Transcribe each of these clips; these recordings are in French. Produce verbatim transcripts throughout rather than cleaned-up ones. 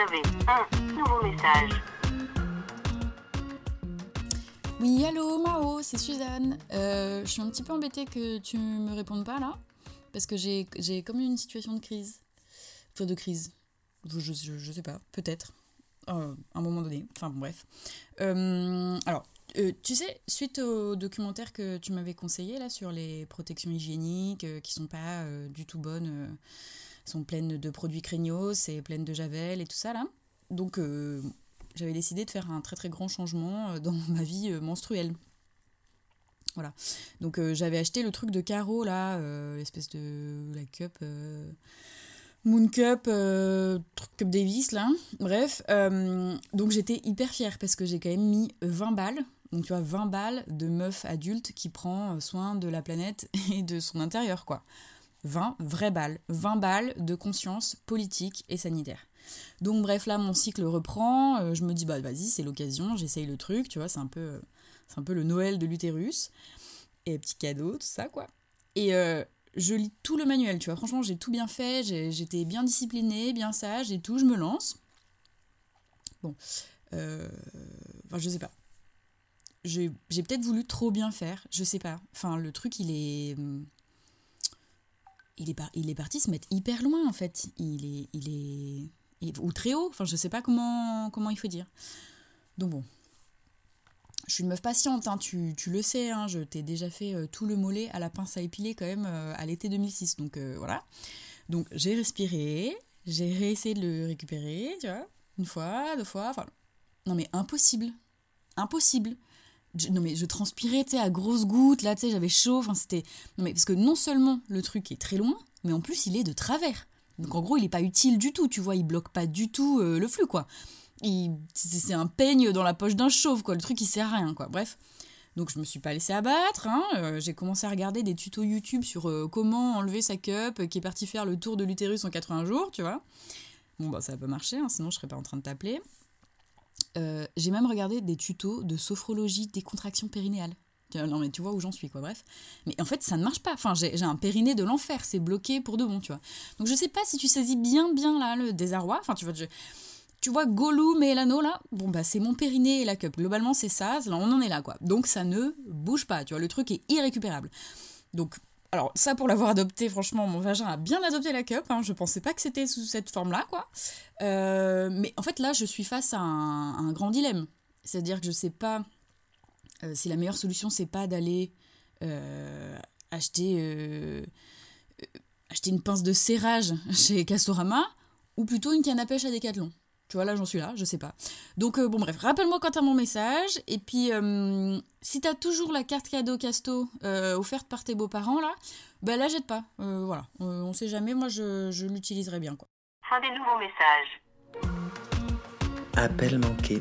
avez un nouveau message. Oui, allô, Mao, c'est Suzanne. Euh, je suis un petit peu embêtée que tu me répondes pas là, parce que j'ai, j'ai comme une situation de crise. Enfin, de crise. Je, je, je sais pas, peut-être. Euh, à un moment donné. Enfin, bon, bref. Euh, alors, euh, tu sais, suite au documentaire que tu m'avais conseillé là sur les protections hygiéniques euh, qui sont pas euh, du tout bonnes, euh, sont pleines de produits craignos et pleines de javel et tout ça là. Donc, euh, j'avais décidé de faire un très très grand changement dans ma vie euh, menstruelle. Voilà. Donc euh, j'avais acheté le truc de Caro là, euh, l'espèce de la cup, euh, Moon Cup, euh, truc Cup Davis là. Bref, euh, donc j'étais hyper fière parce que j'ai quand même mis vingt balles. Donc tu vois, vingt balles de meuf adulte qui prend soin de la planète et de son intérieur quoi. vingt vraies balles. vingt balles de conscience politique et sanitaire. Donc bref, là, mon cycle reprend. Euh, je me dis, bah vas-y, c'est l'occasion, j'essaye le truc, tu vois, c'est un peu, euh, c'est un peu le Noël de l'utérus. Et petit cadeau, tout ça, quoi. Et euh, je lis tout le manuel, tu vois. Franchement, j'ai tout bien fait, j'ai, j'étais bien disciplinée, bien sage et tout, je me lance. Bon, euh, enfin, je sais pas. J'ai, j'ai peut-être voulu trop bien faire, je sais pas. Enfin, le truc, il est... Il est, par, il est parti se mettre hyper loin, en fait. Il est... Il est... ou très haut, enfin je sais pas comment, comment il faut dire. Donc bon, je suis une meuf patiente, hein, tu, tu le sais, hein, je t'ai déjà fait euh, tout le mollet à la pince à épiler quand même euh, à l'été deux mille six, donc euh, voilà. Donc j'ai respiré, j'ai réessayé de le récupérer, tu vois, une fois, deux fois, enfin... Non mais impossible, impossible. Je, non mais je transpirais, tu sais, à grosses gouttes, là, tu sais, j'avais chaud, enfin c'était... Non mais parce que non seulement le truc est très loin, mais en plus il est de travers. Donc en gros, il n'est pas utile du tout, tu vois, il bloque pas du tout euh, le flux, quoi. Il, c'est, c'est un peigne dans la poche d'un chauve, quoi. Le truc, il sert à rien, quoi. Bref. Donc je me suis pas laissée abattre, hein. Euh, j'ai commencé à regarder des tutos YouTube sur euh, comment enlever sa cup, euh, qui est parti faire le tour de l'utérus en quatre-vingts jours, tu vois. Bon, bah ça va pas marcher, hein, sinon je serais pas en train de t'appeler. Euh, j'ai même regardé des tutos de sophrologie décontraction périnéale. Non mais tu vois où j'en suis quoi, bref. Mais en fait ça ne marche pas, enfin j'ai, j'ai un périnée de l'enfer, c'est bloqué pour de bon, tu vois. Donc je sais pas si tu saisis bien bien là le désarroi, enfin tu vois, je, tu vois Gollum et l'anneau là, bon bah c'est mon périnée et la cup, globalement c'est ça, là, on en est là quoi. Donc ça ne bouge pas, tu vois, le truc est irrécupérable. Donc, alors ça pour l'avoir adopté, franchement mon vagin a bien adopté la cup, hein, je pensais pas que c'était sous cette forme là quoi. Euh, mais en fait là je suis face à un, à un grand dilemme, c'est-à-dire que je sais pas... Euh, si la meilleure solution, c'est pas d'aller euh, acheter, euh, acheter une pince de serrage chez Castorama, ou plutôt une canne à pêche à Decathlon. Tu vois, là, j'en suis là, je sais pas. Donc, euh, bon, bref, rappelle-moi quand t'as mon message. Et puis, euh, si t'as toujours la carte cadeau Casto euh, offerte par tes beaux-parents, là, ben la jette pas. Euh, voilà, euh, on sait jamais, moi, je, je l'utiliserai bien, quoi. Fin des nouveaux messages. Appel manqué.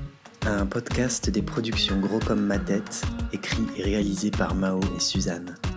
Un podcast des productions Gros comme ma tête, écrit et réalisé par Mao et Suzanne.